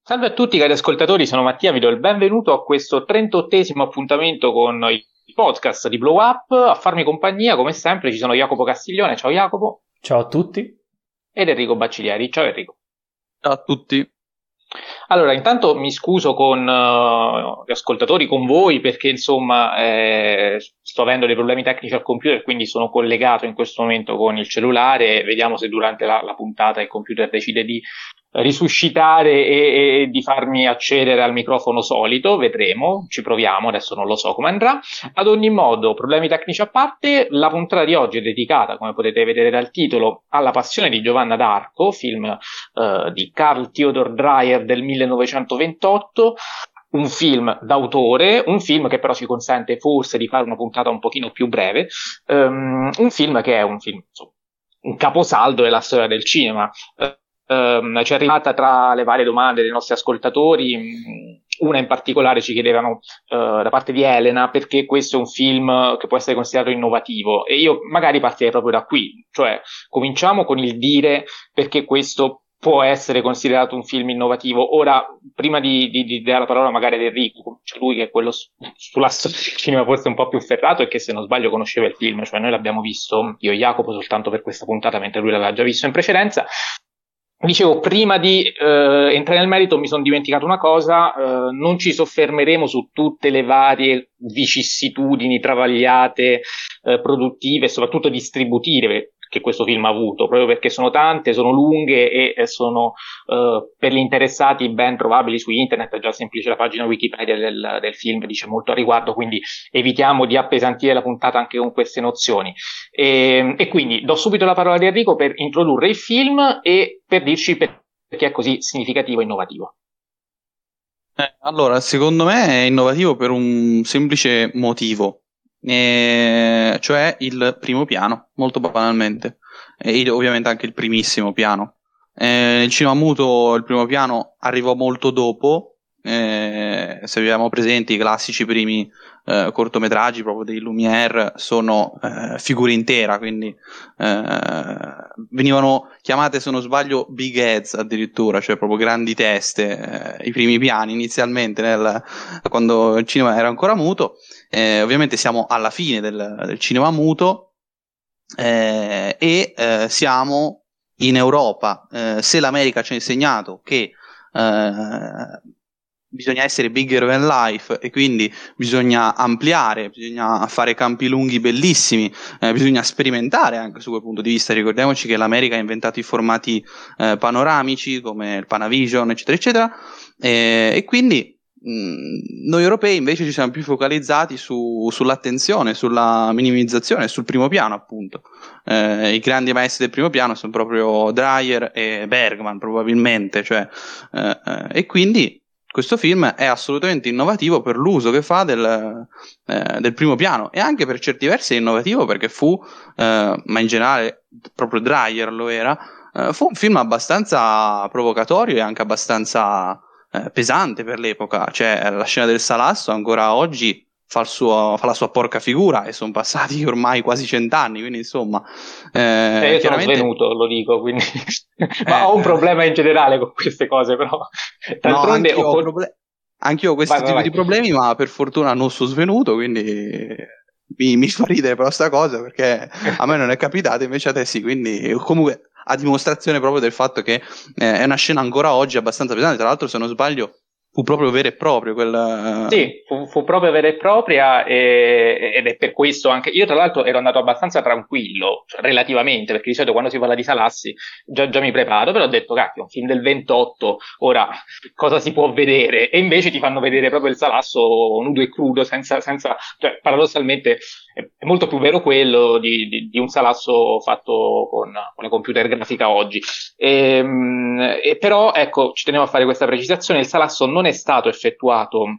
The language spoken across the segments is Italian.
Salve a tutti cari ascoltatori, sono Mattia, vi do il benvenuto a questo 38esimo appuntamento con il podcast di Blow Up. A farmi compagnia, come sempre, ci sono Jacopo Castiglione, ciao Jacopo, Ciao a tutti. ed Enrico Bacciglieri, ciao Enrico. Ciao a tutti. Allora, intanto mi scuso con gli ascoltatori, con voi, perché insomma sto avendo dei problemi tecnici al computer, quindi sono collegato in questo momento con il cellulare. Vediamo se durante la puntata il computer decide di risuscitare e di farmi accedere al microfono solito. Vedremo, ci proviamo, adesso non lo so come andrà. Ad ogni modo, problemi tecnici a parte, la puntata di oggi è dedicata, come potete vedere dal titolo, alla passione di Giovanna d'Arco, film di Carl Theodor Dreyer del 1928, un film d'autore, un film che però ci consente forse di fare una puntata un pochino più breve, un film che è un film, insomma, un caposaldo della storia del cinema. Ci è arrivata tra le varie domande dei nostri ascoltatori, una in particolare ci chiedevano da parte di Elena perché questo è un film che può essere considerato innovativo, e io magari partirei proprio da qui, cioè cominciamo con il dire perché questo può essere considerato un film innovativo. Ora, prima di dare la parola magari ad Enrico, cioè lui che è quello sulla storia del cinema forse un po' più ferrato e che se non sbaglio conosceva il film, cioè noi l'abbiamo visto, io e Jacopo, soltanto per questa puntata, mentre lui l'aveva già visto in precedenza. Dicevo, prima di entrare nel merito mi sono dimenticato una cosa, non ci soffermeremo su tutte le varie vicissitudini travagliate, produttive e soprattutto distributive che questo film ha avuto, proprio perché sono tante, sono lunghe e sono per gli interessati ben trovabili su internet. Già semplice la pagina Wikipedia del film dice molto a riguardo, quindi evitiamo di appesantire la puntata anche con queste nozioni. E quindi do subito la parola di Enrico per introdurre il film e per dirci perché è così significativo e innovativo. Allora, secondo me è innovativo per un semplice motivo, cioè il primo piano, molto banalmente, e ovviamente anche il primissimo piano. Nel cinema muto il primo piano arrivò molto dopo, se abbiamo presenti i classici primi cortometraggi proprio dei Lumière sono figura intera, quindi venivano chiamate, se non sbaglio, big heads addirittura, cioè proprio grandi teste, i primi piani inizialmente quando il cinema era ancora muto. Ovviamente siamo alla fine del cinema muto, siamo in Europa. Se l'America ci ha insegnato che bisogna essere bigger than life e quindi bisogna ampliare, bisogna fare campi lunghi bellissimi, bisogna sperimentare anche su quel punto di vista. Ricordiamoci che l'America ha inventato i formati panoramici come il Panavision, eccetera, eccetera, e quindi noi europei invece ci siamo più focalizzati sull'attenzione, sulla minimizzazione, sul primo piano, appunto. I grandi maestri del primo piano sono proprio Dreyer e Bergman, probabilmente, cioè, e quindi questo film è assolutamente innovativo per l'uso che fa del primo piano, e anche per certi versi è innovativo perché ma in generale proprio Dreyer lo era, fu un film abbastanza provocatorio e anche abbastanza pesante per l'epoca. Cioè la scena del salasso ancora oggi fa la sua porca figura, e sono passati ormai quasi 100 anni, quindi insomma Io sono chiaramente svenuto, lo dico, quindi ma ho un problema in generale con queste cose, però no, d'altronde anch'io ho vai, questi vai, tipi di vai. problemi, ma per fortuna non sono svenuto, quindi mi fa ridere però sta cosa, perché a me non è capitato, invece a te sì, quindi comunque a dimostrazione proprio del fatto che è una scena ancora oggi abbastanza pesante. Tra l'altro, se non sbaglio, fu proprio vero e proprio Sì, fu proprio vera e propria, ed è per questo anche io tra l'altro ero andato abbastanza tranquillo, cioè, relativamente, perché di solito quando si parla di Salassi già mi preparo, però ho detto cacchio, un film del 28, ora cosa si può vedere? E invece ti fanno vedere proprio il Salasso nudo e crudo, cioè paradossalmente è molto più vero quello di un Salasso fatto con la computer grafica oggi. Però ecco, ci tenevo a fare questa precisazione: il salasso non è stato effettuato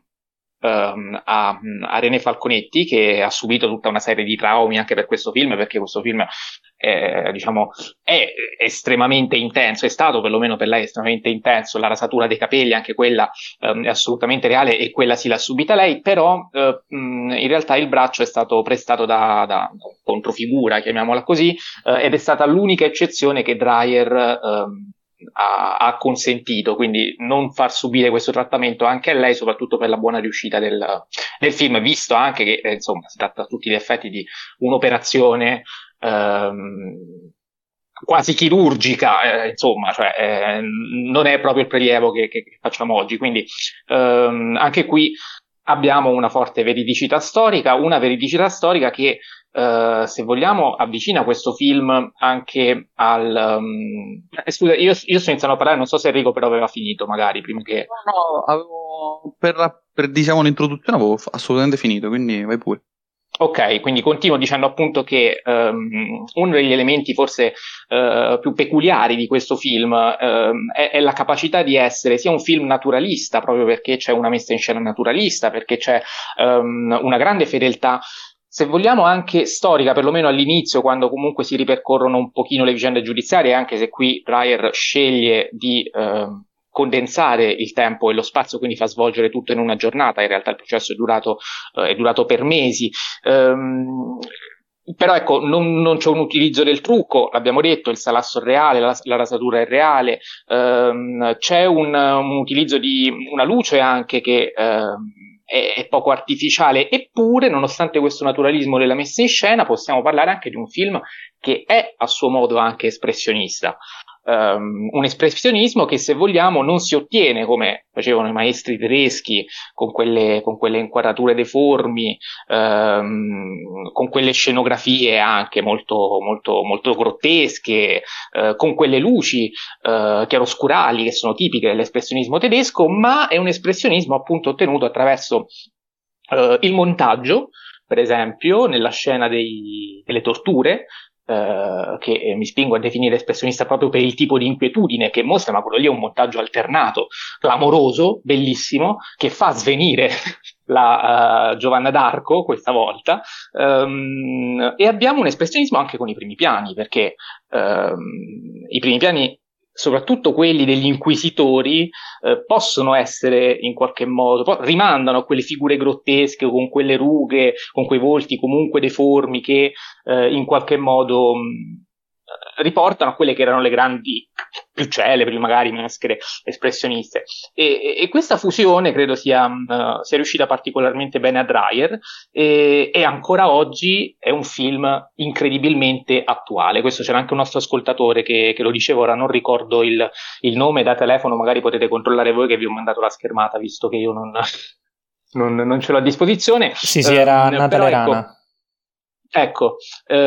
a René Falconetti, che ha subito tutta una serie di traumi anche per questo film, perché questo film diciamo, è estremamente intenso, è stato perlomeno per lei estremamente intenso. La rasatura dei capelli, anche quella è assolutamente reale, e quella sì l'ha subita lei, però in realtà il braccio è stato prestato da controfigura, chiamiamola così, ed è stata l'unica eccezione che Dreyer ha consentito, quindi non far subire questo trattamento anche a lei, soprattutto per la buona riuscita del film, visto anche che insomma si tratta a tutti gli effetti di un'operazione quasi chirurgica, insomma, cioè, non è proprio il prelievo che facciamo oggi, quindi anche qui abbiamo una forte veridicità storica, che se vogliamo avvicina questo film anche al scusa, io sto iniziando a parlare, non so se Enrico però aveva finito magari prima che No, avevo per diciamo l'introduzione avevo assolutamente finito, quindi vai pure. Ok, quindi continuo dicendo appunto che uno degli elementi forse più peculiari di questo film è la capacità di essere sia un film naturalista, proprio perché c'è una messa in scena naturalista, perché c'è una grande fedeltà, se vogliamo anche storica, perlomeno all'inizio, quando comunque si ripercorrono un pochino le vicende giudiziarie, anche se qui Dreyer sceglie di condensare il tempo e lo spazio, quindi fa svolgere tutto in una giornata. In realtà il processo è durato per mesi. Però ecco, non c'è un utilizzo del trucco, l'abbiamo detto, il salasso è reale, la rasatura è reale, c'è un utilizzo di una luce anche che è poco artificiale, eppure nonostante questo naturalismo della messa in scena possiamo parlare anche di un film che è a suo modo anche espressionista. Un espressionismo che, se vogliamo, non si ottiene come facevano i maestri tedeschi con quelle inquadrature deformi, con quelle scenografie anche molto, molto, molto grottesche, con quelle luci chiaroscurali che sono tipiche dell'espressionismo tedesco, ma è un espressionismo appunto ottenuto attraverso il montaggio, per esempio nella scena delle torture, che mi spingo a definire espressionista proprio per il tipo di inquietudine che mostra, ma quello lì è un montaggio alternato, clamoroso, bellissimo, che fa svenire la Giovanna d'Arco questa volta, e abbiamo un espressionismo anche con i primi piani, perché i primi piani, soprattutto quelli degli inquisitori, possono essere in qualche modo, rimandano a quelle figure grottesche, con quelle rughe, con quei volti comunque deformi che in qualche modo riportano a quelle che erano le grandi, più celebri magari maschere espressioniste, e questa fusione credo sia riuscita particolarmente bene a Dreyer, e ancora oggi è un film incredibilmente attuale. Questo c'era anche un nostro ascoltatore che lo diceva, ora non ricordo il nome, da telefono magari potete controllare voi che vi ho mandato la schermata, visto che io non ce l'ho a disposizione. Sì, era Natale Rana. Ecco,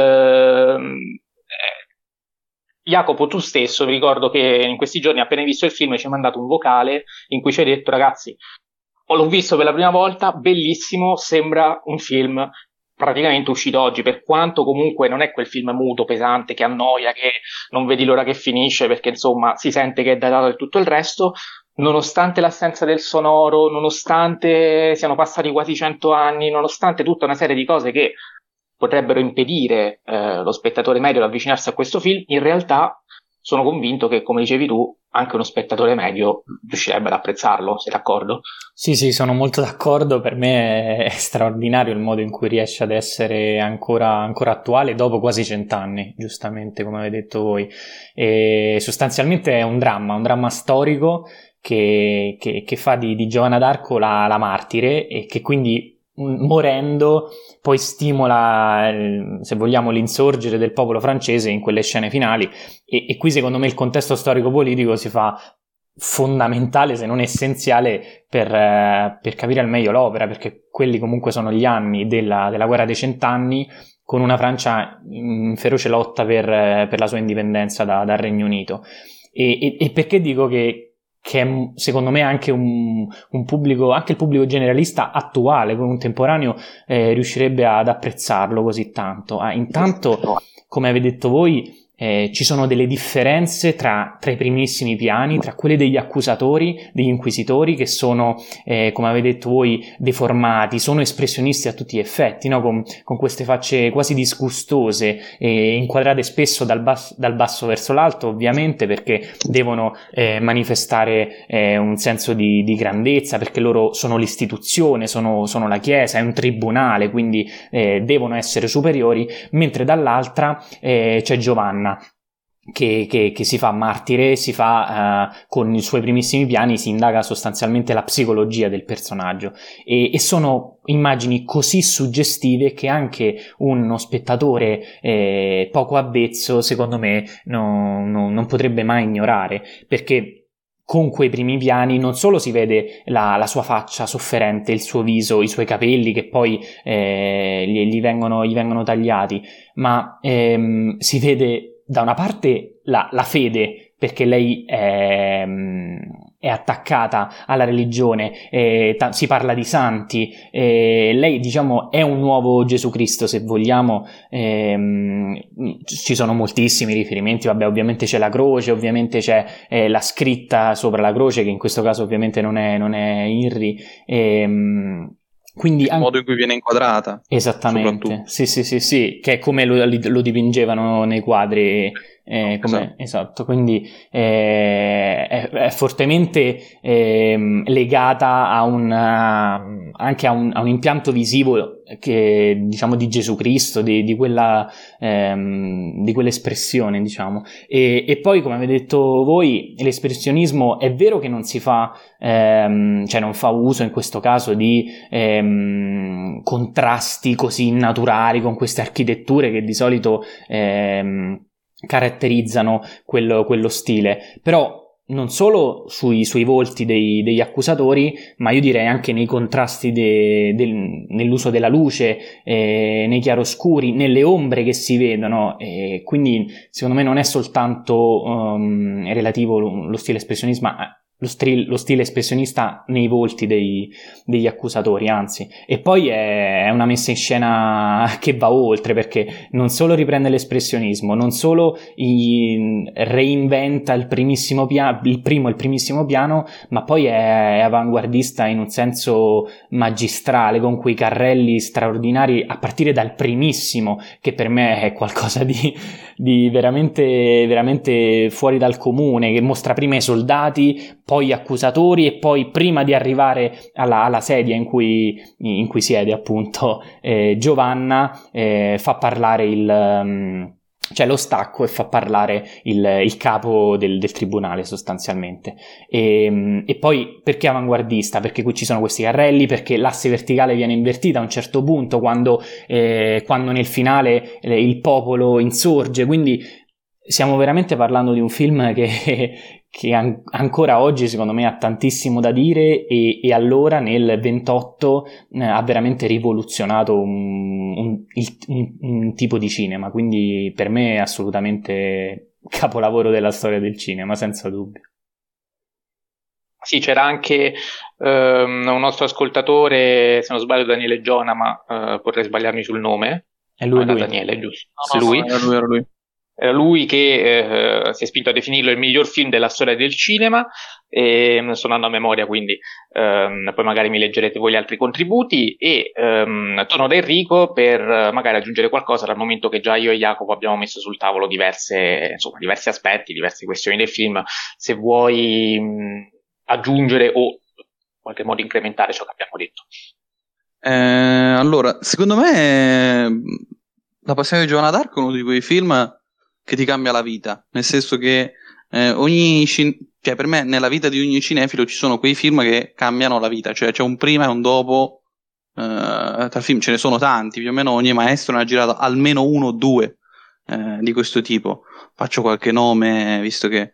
Jacopo, tu stesso, vi ricordo che in questi giorni, appena hai visto il film, ci hai mandato un vocale in cui ci hai detto: ragazzi, l'ho visto per la prima volta, bellissimo, sembra un film praticamente uscito oggi, per quanto comunque non è quel film muto, pesante, che annoia, che non vedi l'ora che finisce, perché insomma si sente che è datato e tutto il resto. Nonostante l'assenza del sonoro, nonostante siano passati quasi 100 anni, nonostante tutta una serie di cose che potrebbero impedire lo spettatore medio di avvicinarsi a questo film, in realtà sono convinto che, come dicevi tu, anche uno spettatore medio riuscirebbe ad apprezzarlo. Sei d'accordo? Sì, sono molto d'accordo. Per me è straordinario il modo in cui riesce ad essere ancora attuale dopo quasi 100 anni, giustamente come avete detto voi. E sostanzialmente è un dramma storico che fa di Giovanna d'Arco la martire, e che quindi, morendo, poi stimola, se vogliamo, l'insorgere del popolo francese in quelle scene finali, e qui secondo me il contesto storico-politico si fa fondamentale, se non essenziale, per capire al meglio l'opera, perché quelli comunque sono gli anni della guerra dei 100 anni, con una Francia in feroce lotta per la sua indipendenza dal Regno Unito. E perché dico che è secondo me anche un pubblico, anche il pubblico generalista attuale, contemporaneo, riuscirebbe ad apprezzarlo così tanto. Intanto, come avete detto voi, ci sono delle differenze tra i primissimi piani, tra quelli degli accusatori, degli inquisitori, che sono, come avete detto voi, deformati, sono espressionisti a tutti gli effetti, no? Con queste facce quasi disgustose, inquadrate spesso dal basso verso l'alto, ovviamente, perché devono manifestare un senso di grandezza, perché loro sono l'istituzione, sono la Chiesa, è un tribunale, quindi devono essere superiori, mentre dall'altra c'è Giovanna, che si fa martire, si fa con i suoi primissimi piani, si indaga sostanzialmente la psicologia del personaggio e sono immagini così suggestive che anche uno spettatore poco avvezzo, secondo me, non potrebbe mai ignorare, perché con quei primi piani non solo si vede la sua faccia sofferente, il suo viso, i suoi capelli che poi gli vengono tagliati, ma si vede da una parte la fede, perché lei è attaccata alla religione, si parla di santi, lei diciamo è un nuovo Gesù Cristo, se vogliamo. Ci sono moltissimi riferimenti, vabbè, ovviamente c'è la croce, ovviamente c'è la scritta sopra la croce, che in questo caso ovviamente non è INRI, quindi il modo in cui viene inquadrata, esattamente, sì, che è come lo dipingevano nei quadri, esatto, quindi è fortemente legata a anche a un impianto visivo che, diciamo, di Gesù Cristo, di quell'espressione, diciamo, e poi, come avete detto voi, l'espressionismo è vero che non si fa, cioè non fa uso in questo caso di contrasti così naturali con queste architetture che di solito caratterizzano quello stile, però non solo sui volti degli accusatori, ma io direi anche nei contrasti nell'uso della luce, nei chiaroscuri, nelle ombre che si vedono, quindi secondo me non è soltanto relativo lo stile espressionista, lo stile espressionista nei volti degli accusatori, anzi, e poi è una messa in scena che va oltre, perché non solo riprende l'espressionismo, non solo reinventa il primissimo piano, ma poi è avanguardista in un senso magistrale, con quei carrelli straordinari a partire dal primissimo, che per me è qualcosa di veramente, veramente fuori dal comune, che mostra prima i soldati, poi accusatori, e poi, prima di arrivare alla sedia in cui siede appunto Giovanna, fa parlare c'è lo stacco e fa parlare il capo del tribunale, sostanzialmente. E poi perché avanguardista? Perché qui ci sono questi carrelli, perché l'asse verticale viene invertita a un certo punto quando nel finale il popolo insorge, quindi stiamo veramente parlando di un film che ancora oggi secondo me ha tantissimo da dire, e allora nel 28 ha veramente rivoluzionato un tipo di cinema, quindi per me è assolutamente capolavoro della storia del cinema, senza dubbio. Sì, c'era anche un nostro ascoltatore, se non sbaglio Daniele Giona, ma potrei sbagliarmi sul nome. È lui. Daniele, giusto? No, era lui. Era lui che si è spinto a definirlo il miglior film della storia del cinema, e sto andando a memoria, quindi poi magari mi leggerete voi gli altri contributi, e torno da Enrico per magari aggiungere qualcosa, dal momento che già io e Jacopo abbiamo messo sul tavolo diversi aspetti, diverse questioni del film. Se vuoi aggiungere o in qualche modo incrementare ciò che abbiamo detto. Allora, secondo me La Passione di Giovanna d'Arco è uno di quei film che ti cambia la vita, nel senso che cioè per me nella vita di ogni cinefilo ci sono quei film che cambiano la vita, cioè c'è un prima e un dopo tra film, ce ne sono tanti, più o meno ogni maestro ne ha girato almeno uno o due di questo tipo. Faccio qualche nome, visto che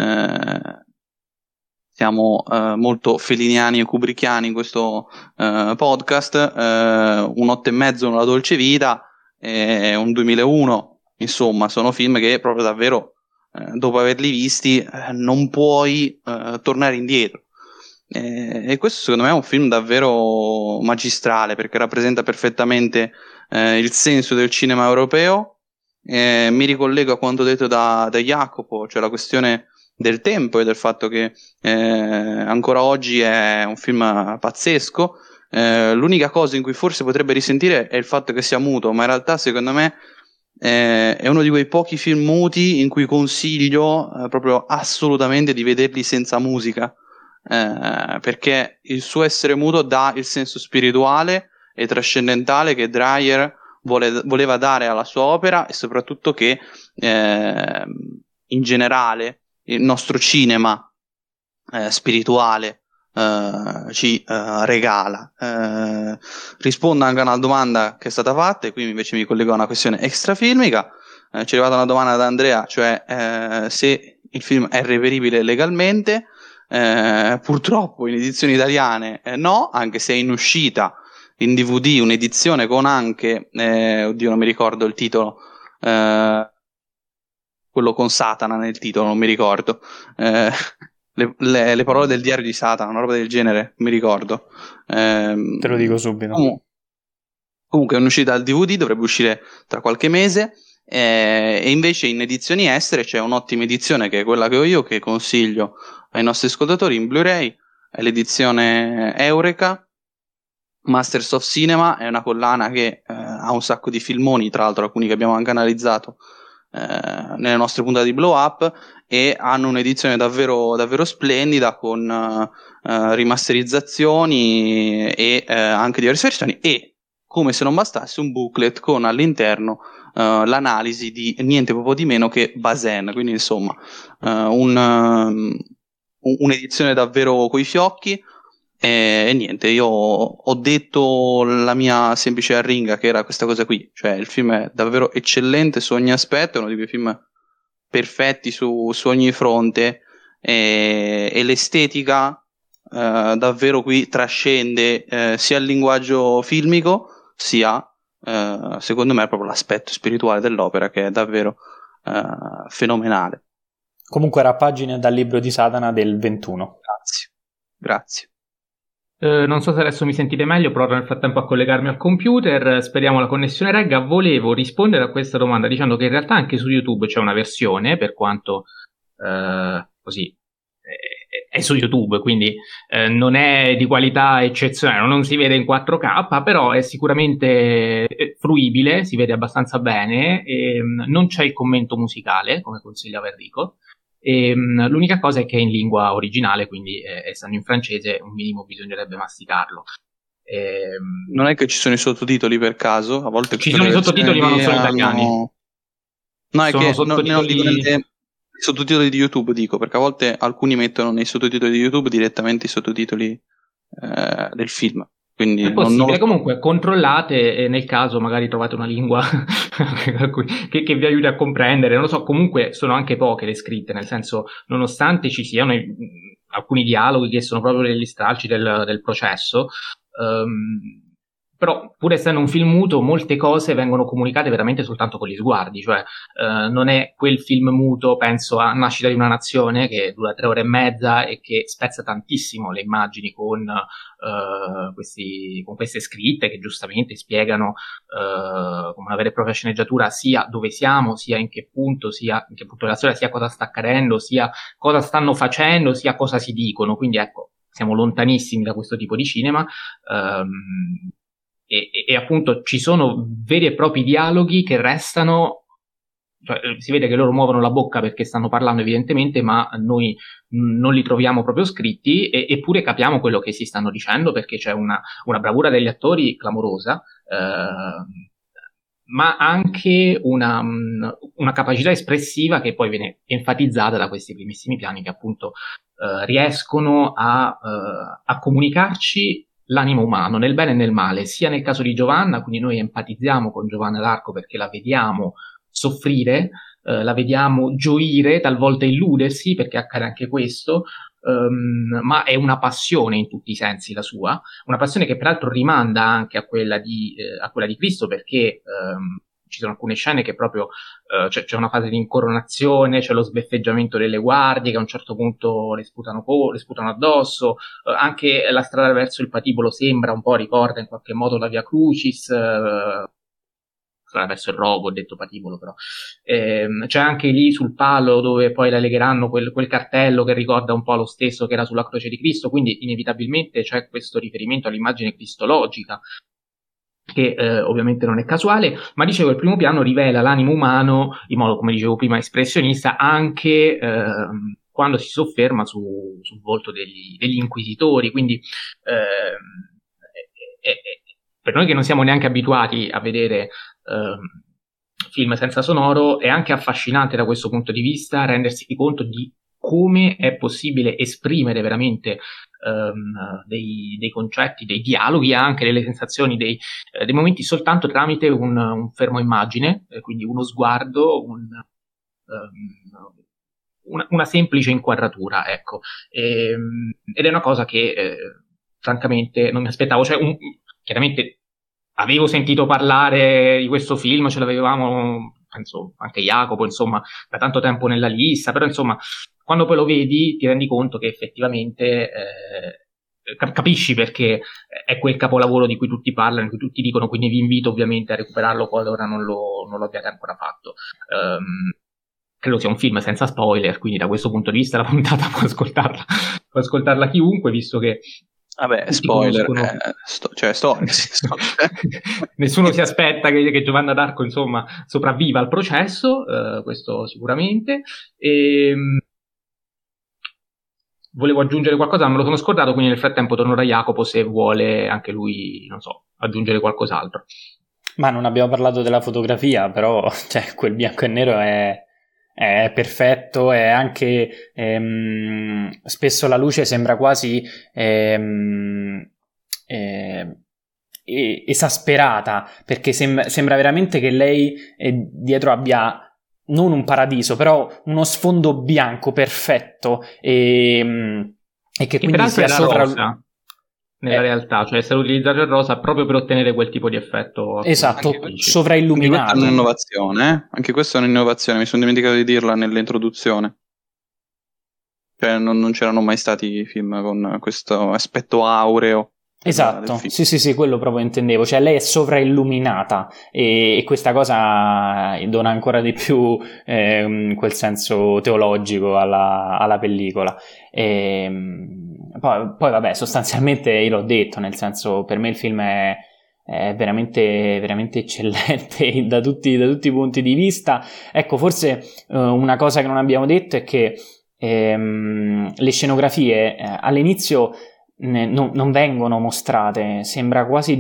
siamo molto feliniani e kubrickiani in questo podcast. Un 8,5, Una dolce vita, un 2001. Insomma, sono film che proprio davvero, dopo averli visti, non puoi tornare indietro. E questo secondo me è un film davvero magistrale, perché rappresenta perfettamente il senso del cinema europeo. Mi ricollego a quanto detto da Jacopo, cioè la questione del tempo e del fatto che ancora oggi è un film pazzesco. L'unica cosa in cui forse potrebbe risentire è il fatto che sia muto, ma in realtà secondo me è uno di quei pochi film muti in cui consiglio proprio assolutamente di vederli senza musica, perché il suo essere muto dà il senso spirituale e trascendentale che Dreyer voleva dare alla sua opera, e soprattutto che in generale il nostro cinema spirituale ci regala. Rispondo anche a una domanda che è stata fatta, e qui invece mi collego a una questione extrafilmica. Ci è arrivata una domanda da Andrea, cioè se il film è reperibile legalmente. Purtroppo in edizioni italiane no, anche se è in uscita in DVD un'edizione con anche, oddio non mi ricordo il titolo, quello con Satana nel titolo, non mi ricordo, le parole del diario di Satana, una roba del genere, mi ricordo. Te lo dico subito. Comunque è un'uscita al DVD, dovrebbe uscire tra qualche mese, e invece in edizioni estere c'è un'ottima edizione che è quella che ho io, che consiglio ai nostri ascoltatori in Blu-ray, è l'edizione Eureka Masters of Cinema. È una collana che ha un sacco di filmoni, tra l'altro alcuni che abbiamo anche analizzato nelle nostre puntate di Blow Up, e hanno un'edizione davvero, davvero splendida con rimasterizzazioni e anche diverse versioni, e come se non bastasse un booklet con all'interno l'analisi di niente proprio di meno che Bazin, quindi insomma un'edizione davvero coi fiocchi. E niente, io ho detto la mia semplice arringa, che era questa cosa qui, cioè il film è davvero eccellente su ogni aspetto, è uno di quei film perfetti su ogni fronte, e l'estetica davvero qui trascende sia il linguaggio filmico sia secondo me proprio l'aspetto spirituale dell'opera, che è davvero fenomenale. Comunque era a pagine dal libro di Satana del 21. Grazie. Non so se adesso mi sentite meglio, provo nel frattempo a collegarmi al computer, speriamo la connessione regga. Volevo rispondere a questa domanda dicendo che in realtà anche su YouTube c'è una versione, per quanto così è su YouTube, quindi non è di qualità eccezionale, non si vede in 4K, però è sicuramente fruibile, si vede abbastanza bene, e non c'è il commento musicale, come consigliava Enrico. E l'unica cosa è che è in lingua originale, quindi essendo in francese un minimo bisognerebbe masticarlo. Non è che ci sono i sottotitoli per caso? A volte ci sono i sottotitoli, ma non sono italiani. No, è che non dico nei sottotitoli di YouTube, dico, perché a volte alcuni mettono nei sottotitoli di YouTube direttamente i sottotitoli del film. Quindi è possibile, comunque controllate, nel caso magari trovate una lingua che vi aiuti a comprendere, non lo so. Comunque sono anche poche le scritte, nel senso, nonostante ci siano alcuni dialoghi che sono proprio degli stralci del processo, però pur essendo un film muto molte cose vengono comunicate veramente soltanto con gli sguardi, cioè non è quel film muto, penso a Nascita di una nazione, che dura 3 ore e mezza e che spezza tantissimo le immagini con queste scritte che giustamente spiegano come una vera e propria sceneggiatura sia dove siamo, sia in che punto della storia, sia cosa sta accadendo, sia cosa stanno facendo, sia cosa si dicono. Quindi ecco, siamo lontanissimi da questo tipo di cinema. E appunto ci sono veri e propri dialoghi che restano, cioè, si vede che loro muovono la bocca perché stanno parlando evidentemente, ma noi non li troviamo proprio scritti, eppure capiamo quello che si stanno dicendo, perché c'è una bravura degli attori clamorosa, ma anche una capacità espressiva che poi viene enfatizzata da questi primissimi piani che appunto riescono a comunicarci l'animo umano, nel bene e nel male, sia nel caso di Giovanna, quindi noi empatizziamo con Giovanna d'Arco perché la vediamo soffrire, la vediamo gioire, talvolta illudersi, perché accade anche questo, ma è una passione in tutti i sensi la sua, una passione che peraltro rimanda anche a quella di Cristo, perché ci sono alcune scene che proprio c'è una fase di incoronazione, c'è lo sbeffeggiamento delle guardie che a un certo punto le sputano addosso, anche la strada verso il patibolo sembra un po', ricorda in qualche modo la Via Crucis, strada verso il rogo, ho detto patibolo però, c'è anche lì sul palo dove poi la legheranno quel cartello che ricorda un po' lo stesso che era sulla croce di Cristo, quindi inevitabilmente c'è questo riferimento all'immagine cristologica, che ovviamente non è casuale, ma dicevo, il primo piano rivela l'animo umano in modo, come dicevo prima, espressionista, anche quando si sofferma sul volto degli inquisitori, quindi per noi che non siamo neanche abituati a vedere film senza sonoro, è anche affascinante da questo punto di vista rendersi conto di come è possibile esprimere veramente dei concetti, dei dialoghi, anche delle sensazioni, dei momenti soltanto tramite un fermo immagine, quindi uno sguardo, una semplice inquadratura, ecco. Ed è una cosa che francamente non mi aspettavo. Cioè, chiaramente avevo sentito parlare di questo film, ce l'avevamo, penso anche Jacopo, insomma, da tanto tempo nella lista, però insomma, quando poi lo vedi ti rendi conto che effettivamente capisci perché è quel capolavoro di cui tutti parlano, di cui tutti dicono, quindi vi invito ovviamente a recuperarlo qualora non lo abbiate ancora fatto. Credo sia un film senza spoiler, quindi da questo punto di vista la puntata può ascoltarla chiunque, visto che vabbè, spoiler, storia. Nessuno si aspetta che Giovanna d'Arco, insomma, sopravviva al processo, questo sicuramente. Volevo aggiungere qualcosa, me lo sono scordato, quindi nel frattempo torno da Jacopo se vuole anche lui, non so, aggiungere qualcos'altro. Ma non abbiamo parlato della fotografia, però cioè, quel bianco e nero è perfetto, è anche spesso la luce sembra quasi esasperata, perché sembra veramente che lei dietro abbia non un paradiso, però uno sfondo bianco perfetto e che quindi sia sopra rosa nella realtà, cioè essere utilizzato il rosa proprio per ottenere quel tipo di effetto. Esatto, sovrailluminato. Anche questa è un'innovazione, mi sono dimenticato di dirla nell'introduzione. Cioè non c'erano mai stati film con questo aspetto aureo. Esatto, sì, quello proprio intendevo, cioè lei è sovrailluminata e questa cosa dona ancora di più quel senso teologico alla pellicola. Poi vabbè, sostanzialmente io l'ho detto, nel senso, per me il film è veramente, veramente eccellente da tutti i punti di vista. Ecco, forse una cosa che non abbiamo detto è che le scenografie all'inizio non vengono mostrate, sembra quasi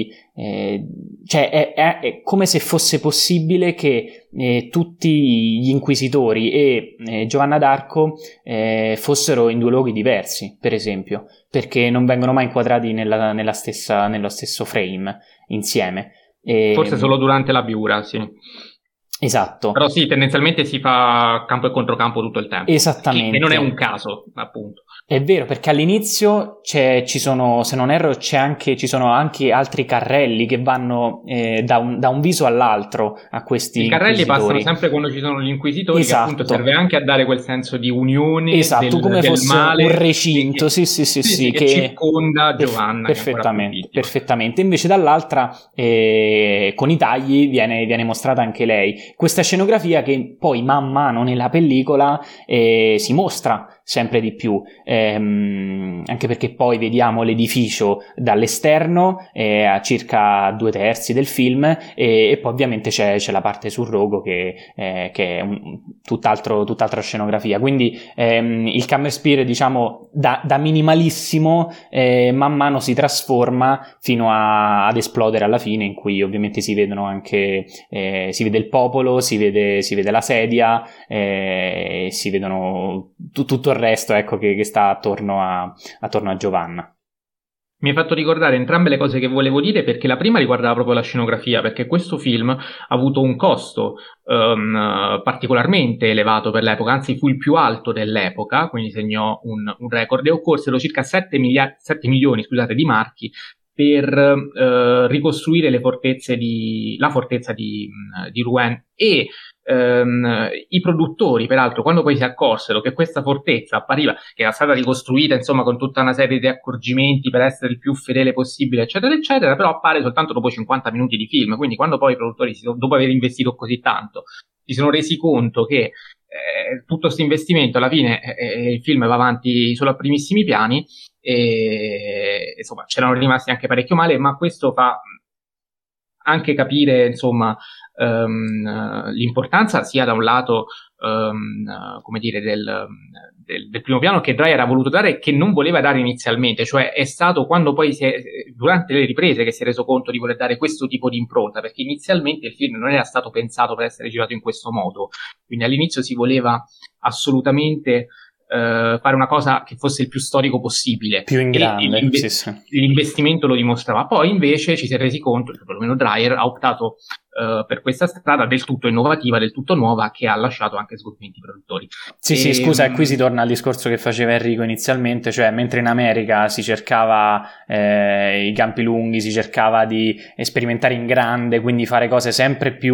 cioè è come se fosse possibile che tutti gli inquisitori e Giovanna d'Arco fossero in due luoghi diversi, per esempio, perché non vengono mai inquadrati nello stesso frame insieme. Forse solo durante la biura, sì. Esatto. Però sì, tendenzialmente si fa campo e controcampo tutto il tempo. Esattamente. E non è un caso, appunto. È vero, perché all'inizio ci sono, se non erro, ci sono anche altri carrelli che vanno da un viso all'altro a questi carrelli passano sempre quando ci sono gli inquisitori, esatto. Che appunto serve anche a dare quel senso di unione, esatto, come del fosse male, un recinto, sì, che circonda Giovanna. Perfettamente. Invece dall'altra, con i tagli, viene mostrata anche lei. Questa scenografia che poi man mano nella pellicola si mostra sempre di più, anche perché poi vediamo l'edificio dall'esterno a circa 2/3 del film e poi ovviamente c'è la parte sul rogo che è tutt'altra scenografia, quindi il Cammerspiere, diciamo, da minimalissimo man mano si trasforma fino ad esplodere alla fine, in cui ovviamente si vedono anche si vede il popolo, si vede la sedia, si vedono tutto il resto, ecco, che sta attorno a Giovanna. Mi hai fatto ricordare entrambe le cose che volevo dire, perché la prima riguardava proprio la scenografia, perché questo film ha avuto un costo particolarmente elevato per l'epoca, anzi fu il più alto dell'epoca, quindi segnò un record, e occorsero circa 7 milioni di marchi per ricostruire la fortezza di Rouen, e i produttori, peraltro, quando poi si accorsero che questa fortezza appariva, che era stata ricostruita, insomma, con tutta una serie di accorgimenti per essere il più fedele possibile, eccetera eccetera, però appare soltanto dopo 50 minuti di film. Quindi quando poi i produttori, dopo aver investito così tanto, si sono resi conto che tutto questo investimento alla fine il film va avanti solo a primissimi piani, e insomma c'erano rimasti anche parecchio male, ma questo fa anche capire, insomma, l'importanza sia da un lato come dire, del primo piano che Dreyer ha voluto dare e che non voleva dare inizialmente, cioè è stato quando poi durante le riprese che si è reso conto di voler dare questo tipo di impronta, perché inizialmente il film non era stato pensato per essere girato in questo modo, quindi all'inizio si voleva assolutamente fare una cosa che fosse il più storico possibile, più in grande, sì. L'investimento lo dimostrava. Poi invece ci si è resi conto, perlomeno Dreyer ha optato per questa strada del tutto innovativa, del tutto nuova, che ha lasciato anche sgomenti i produttori. Sì, scusa, e qui si torna al discorso che faceva Enrico inizialmente, cioè mentre in America si cercava i campi lunghi, si cercava di sperimentare in grande, quindi fare cose sempre più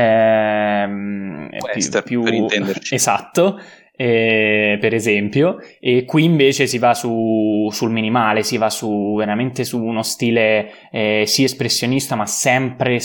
western, per intenderci. Esatto. Per esempio, e qui invece si va sul minimale, si va veramente su uno stile sì espressionista, ma sempre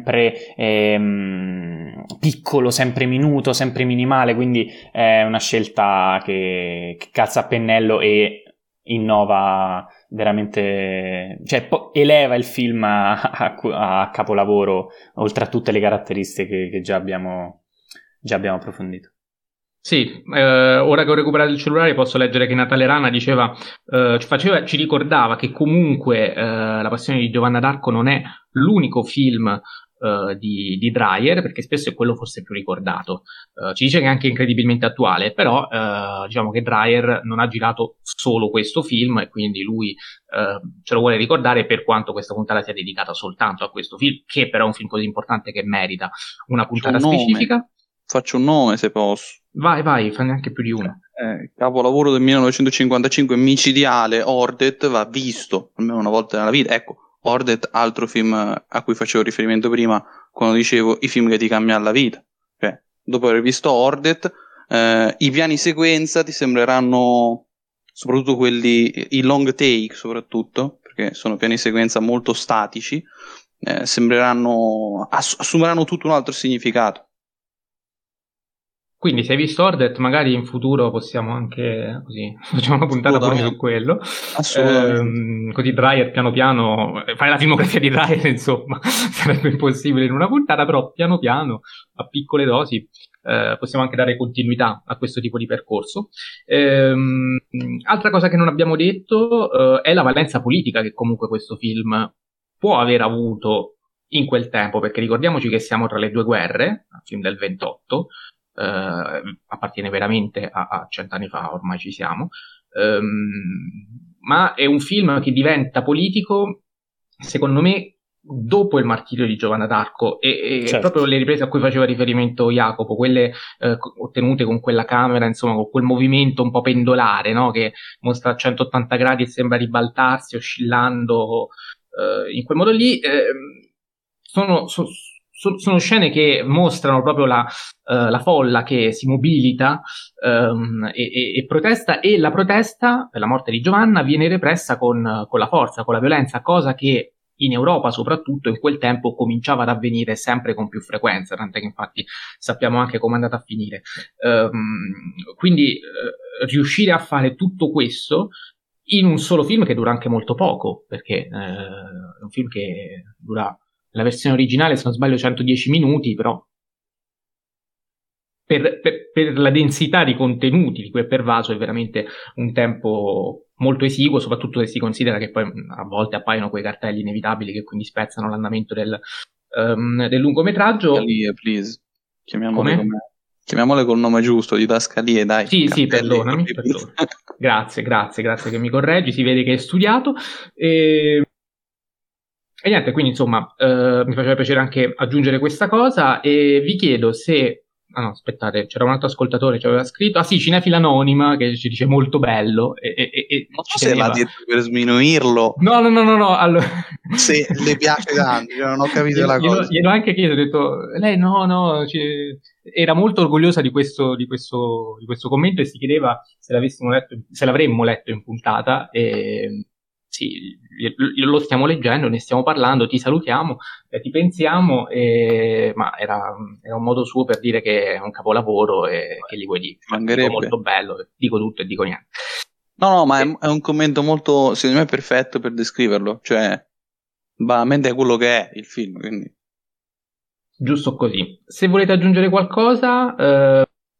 piccolo, sempre minuto, sempre minimale, quindi è una scelta che calza a pennello e innova veramente, cioè eleva il film a capolavoro, oltre a tutte le caratteristiche che già abbiamo approfondito. Sì, ora che ho recuperato il cellulare posso leggere che Natale Rana diceva, ci ricordava che comunque La Passione di Giovanna d'Arco non è l'unico film di Dreyer, perché spesso è quello forse più ricordato. Ci dice che è anche incredibilmente attuale, però diciamo che Dreyer non ha girato solo questo film e quindi lui ce lo vuole ricordare, per quanto questa puntata sia dedicata soltanto a questo film, che però è un film così importante che merita una puntata specifica. Faccio un nome se posso. Vai, fanne anche più di uno. Capolavoro del 1955, micidiale, Ordet, va visto almeno una volta nella vita. Ecco, Ordet, altro film a cui facevo riferimento prima quando dicevo i film che ti cambiano la vita. Cioè, dopo aver visto Ordet, i piani sequenza ti sembreranno, soprattutto quelli, i long take soprattutto, perché sono piani sequenza molto statici, assumeranno tutto un altro significato. Quindi se hai visto Ordet, magari in futuro possiamo anche, così, facciamo una puntata pure su quello. Assolutamente. Così Dreyer piano piano, fare la filmografia di Dreyer, insomma, sarebbe impossibile in una puntata, però piano piano, a piccole dosi, possiamo anche dare continuità a questo tipo di percorso. Altra cosa che non abbiamo detto è la valenza politica che comunque questo film può aver avuto in quel tempo, perché ricordiamoci che siamo tra le due guerre, il film del 28, appartiene veramente a 100 anni fa, ormai ci siamo, ma è un film che diventa politico, secondo me, dopo il martirio di Giovanna d'Arco e certo. Proprio le riprese a cui faceva riferimento Jacopo, quelle ottenute con quella camera, insomma, con quel movimento un po' pendolare, no? Che mostra a 180 gradi e sembra ribaltarsi, oscillando in quel modo lì. Sono scene che mostrano proprio la folla che si mobilita e protesta, e la protesta per la morte di Giovanna viene repressa con la forza, con la violenza, cosa che in Europa soprattutto in quel tempo cominciava ad avvenire sempre con più frequenza, tant'è che infatti sappiamo anche come è andata a finire. Quindi riuscire a fare tutto questo in un solo film che dura anche molto poco, perché è un film che dura, la versione originale, se non sbaglio, 110 minuti, però per la densità di contenuti di cui è pervaso è veramente un tempo molto esiguo, soprattutto se si considera che poi a volte appaiono quei cartelli inevitabili che quindi spezzano l'andamento del lungometraggio. Scalie, please. Chiamiamole col nome giusto, di Scalie, dai. Sì, perdonami. Grazie che mi correggi, si vede che hai studiato. E niente, quindi insomma mi faceva piacere anche aggiungere questa cosa e vi chiedo se... Ah no, aspettate, c'era un altro ascoltatore che ci aveva scritto. Ah sì, Cinefila Anonima, che ci dice molto bello. Non so se l'ha detto per sminuirlo. No. Allora... Se le piace tanto, io non ho capito la cosa. Gliel'ho anche chiesto, ho detto, lei no, era molto orgogliosa di questo commento e si chiedeva se l'avremmo letto in puntata. E sì, lo stiamo leggendo, ne stiamo parlando, ti salutiamo, ti pensiamo, ma era un modo suo per dire che è un capolavoro e che gli vuoi dire. Dico molto bello, dico tutto e dico niente. No, ma è un commento molto, secondo me, perfetto per descriverlo, cioè, banalmente è quello che è il film, quindi. Giusto così. Se volete aggiungere qualcosa...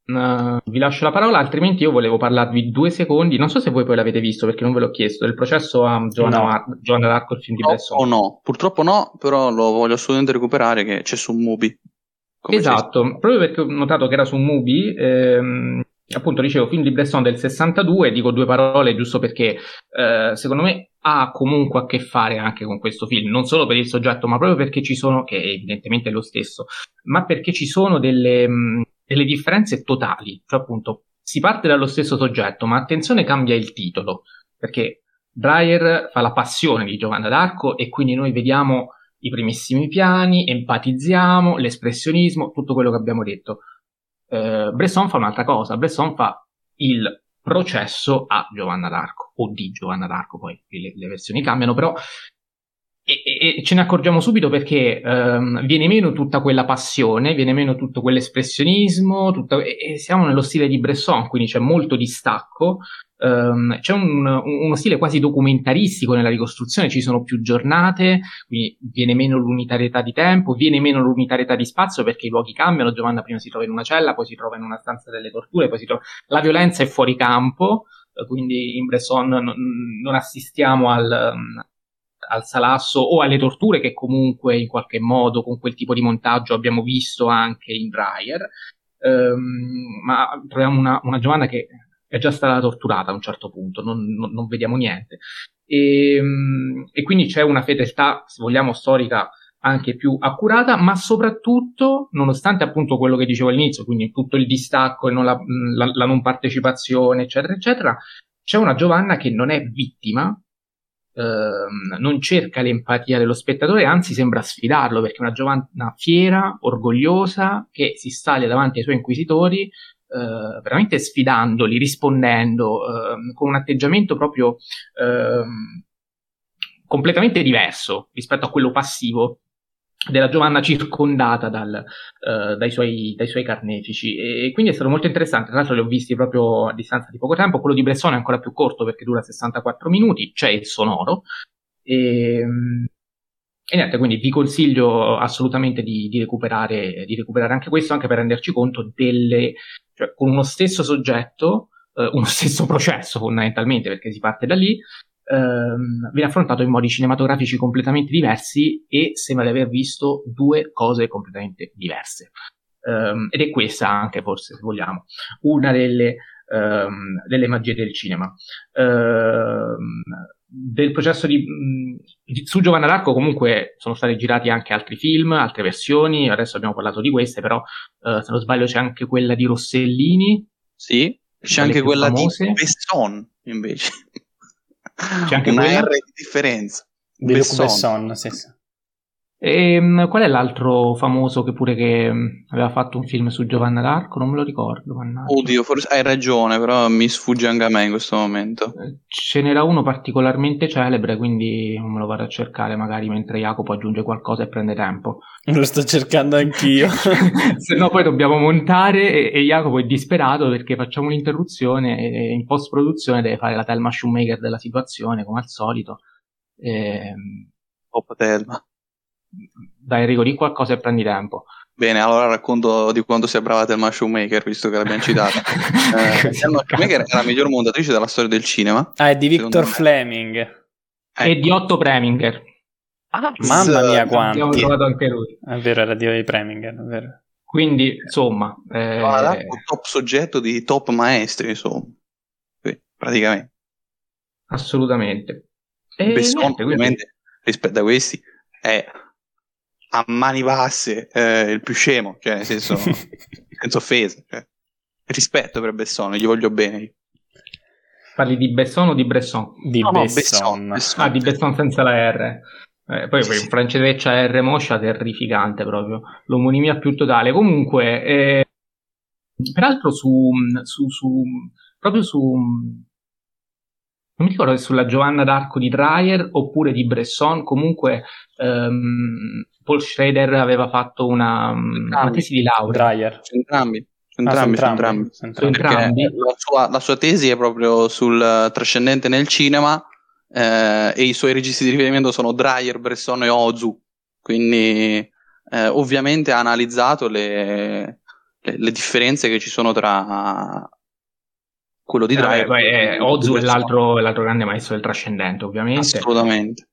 vi lascio la parola, altrimenti io volevo parlarvi 2 secondi, non so se voi poi l'avete visto perché non ve l'ho chiesto, del processo a Giovanna d'Arco, il film di Bresson. Purtroppo no, però lo voglio assolutamente recuperare, che c'è su Mubi. Esatto, proprio perché ho notato che era su Mubi, appunto dicevo film di Bresson del 62, dico 2 parole giusto perché secondo me ha comunque a che fare anche con questo film, non solo per il soggetto, ma proprio perché ci sono, che evidentemente è lo stesso, ma perché ci sono delle differenze totali, cioè appunto si parte dallo stesso soggetto, ma attenzione, cambia il titolo, perché Dreyer fa la passione di Giovanna d'Arco e quindi noi vediamo i primissimi piani, empatizziamo, l'espressionismo, tutto quello che abbiamo detto. Bresson fa un'altra cosa, Bresson fa il processo a Giovanna d'Arco, o di Giovanna d'Arco, poi le versioni cambiano, però e ce ne accorgiamo subito perché viene meno tutta quella passione, viene meno tutto quell'espressionismo, e siamo nello stile di Bresson, quindi c'è molto distacco. C'è uno stile quasi documentaristico nella ricostruzione, ci sono più giornate, quindi viene meno l'unitarietà di tempo, viene meno l'unitarietà di spazio perché i luoghi cambiano. Giovanna prima si trova in una cella, poi si trova in una stanza delle torture, poi si trova... La violenza è fuori campo, quindi in Bresson non assistiamo al salasso o alle torture che comunque in qualche modo con quel tipo di montaggio abbiamo visto anche in Dreyer, ma troviamo una Giovanna che è già stata torturata a un certo punto, non vediamo niente. E quindi c'è una fedeltà, se vogliamo, storica anche più accurata, ma soprattutto, nonostante appunto quello che dicevo all'inizio, quindi tutto il distacco e la non partecipazione, eccetera, eccetera, c'è una Giovanna che non è vittima, non cerca l'empatia dello spettatore, anzi sembra sfidarlo, perché è una Giovanna fiera, orgogliosa, che si staglia davanti ai suoi inquisitori, veramente sfidandoli, rispondendo, con un atteggiamento proprio completamente diverso rispetto a quello passivo della Giovanna circondata dai suoi carnefici, e quindi è stato molto interessante. Tra l'altro li ho visti proprio a distanza di poco tempo. Quello di Bresson è ancora più corto perché dura 64 minuti, c'è il sonoro e niente, quindi vi consiglio assolutamente di recuperare anche questo, anche per renderci conto cioè con uno stesso soggetto, uno stesso processo fondamentalmente, perché si parte da lì, viene affrontato in modi cinematografici completamente diversi e sembra di aver visto 2 cose completamente diverse, ed è questa anche, forse, se vogliamo, una delle magie del cinema. Del processo su Giovanna d'Arco comunque sono stati girati anche altri film, altre versioni, adesso abbiamo parlato di queste, però se non sbaglio c'è anche quella di Rossellini, sì, c'è anche quella famose di Besson invece. C'è anche una quella? R di differenza. Di Luc Besson, sì. E qual è l'altro famoso che aveva fatto un film su Giovanna d'Arco? Non me lo ricordo, mannaggia. Oddio, forse hai ragione, però mi sfugge anche a me in questo momento. Ce n'era uno particolarmente celebre, quindi non me lo vado a cercare magari mentre Jacopo aggiunge qualcosa e prende tempo. Lo sto cercando anch'io. Se no poi dobbiamo montare e Jacopo è disperato perché facciamo un'interruzione e in post-produzione deve fare la Thelma Shoemaker della situazione, come al solito. Thelma. Dai Enrico, di qualcosa e prendi tempo. Bene, allora racconto di quanto sia brava Thelma Shoemaker, visto che l'abbiamo citata. Thelma Shoemaker è la miglior montatrice della storia del cinema. Ah, è di Victor Fleming. E di Otto Preminger. Mamma mia, quanti. Abbiamo trovato anche lui. È vero, era di Preminger, è vero. Quindi, insomma... top soggetto di top maestri, insomma. Sì, praticamente. Assolutamente. Besson, ovviamente, rispetto a questi, è a mani basse il più scemo, cioè nel senso senza offesa, cioè, rispetto per Besson, gli voglio bene. Parli di Besson o di Bresson? Besson. Ah, di Besson senza la R. Poi in francese c'è R moscia, terrificante proprio, l'omonimia più totale. Comunque, peraltro proprio su non mi ricordo se sulla Giovanna d'Arco di Dreyer oppure di Bresson, comunque Paul Schrader aveva fatto una tesi di laurea. Dreyer. Entrambi. La sua tesi è proprio sul trascendente nel cinema, e i suoi registi di riferimento sono Dreyer, Bresson e Ozu, quindi ovviamente ha analizzato le le differenze che ci sono tra quello di Dreyer. Ozu è l'altro grande maestro del trascendente, ovviamente. Assolutamente.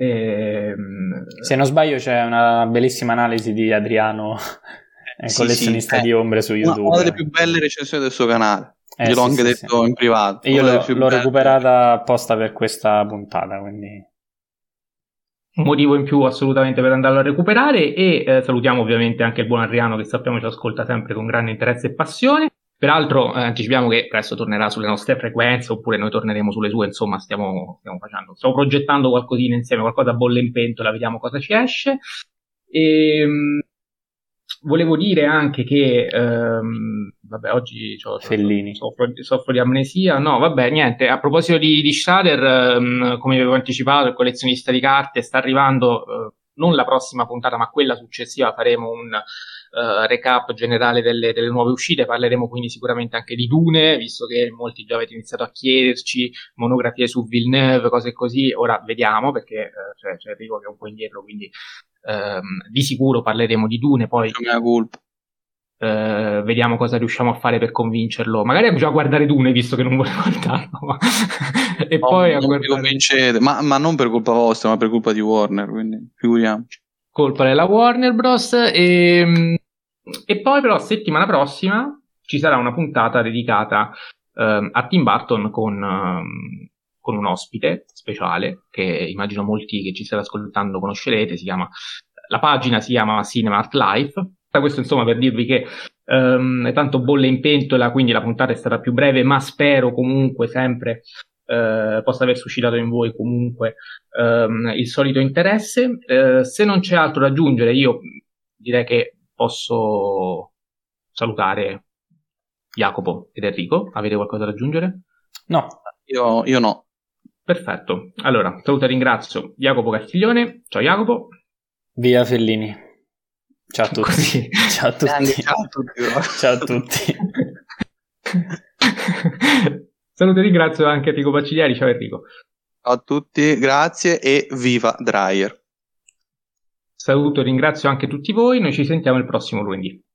Se non sbaglio c'è una bellissima analisi di Adriano, collezionista di ombre, su YouTube. Una delle più belle recensioni del suo canale. Gliel'ho anche detto in privato. E io l'ho recuperata apposta per questa puntata, quindi... Un motivo in più assolutamente per andarlo a recuperare. E salutiamo ovviamente anche il buon Adriano, che sappiamo ci ascolta sempre con grande interesse e passione. Peraltro anticipiamo che presto tornerà sulle nostre frequenze, oppure noi torneremo sulle sue, insomma stiamo progettando qualcosina insieme, qualcosa a bolle in pentola, vediamo cosa ci esce. E volevo dire anche che vabbè, oggi soffro di amnesia. No, vabbè, niente, a proposito di Schrader, come avevo anticipato, il collezionista di carte sta arrivando, non la prossima puntata ma quella successiva, faremo un recap generale delle nuove uscite. Parleremo quindi sicuramente anche di Dune, visto che molti già avete iniziato a chiederci, monografie su Villeneuve, cose così. Ora vediamo, perché c'è Enrico che è un po' indietro, quindi di sicuro parleremo di Dune. Poi vediamo cosa riusciamo a fare per convincerlo, magari a già guardare Dune, visto che non vuole guardarlo, e poi a guardare... convincete, ma non per colpa vostra, ma per colpa di Warner, quindi figuriamoci. Colpa della Warner Bros. E poi però settimana prossima ci sarà una puntata dedicata a Tim Burton con un ospite speciale che immagino molti che ci state ascoltando conoscerete. La pagina si chiama Cinema Art Life. Questo insomma per dirvi che è tanto bolle in pentola, quindi la puntata è stata più breve, ma spero comunque sempre possa aver suscitato in voi comunque il solito interesse. Se non c'è altro da aggiungere, io direi che posso salutare Jacopo ed Enrico. Avete qualcosa da aggiungere? No, io no. Perfetto, allora saluto e ringrazio Jacopo Castiglione. Ciao Jacopo. Via Fellini. Ciao a tutti. Così. Ciao a tutti. Ciao a tutti. Saluto e ringrazio anche Enrico Bacciglieri. Ciao Enrico. Ciao a tutti, grazie e viva Dreyer. Saluto e ringrazio anche tutti voi. Noi ci sentiamo il prossimo lunedì.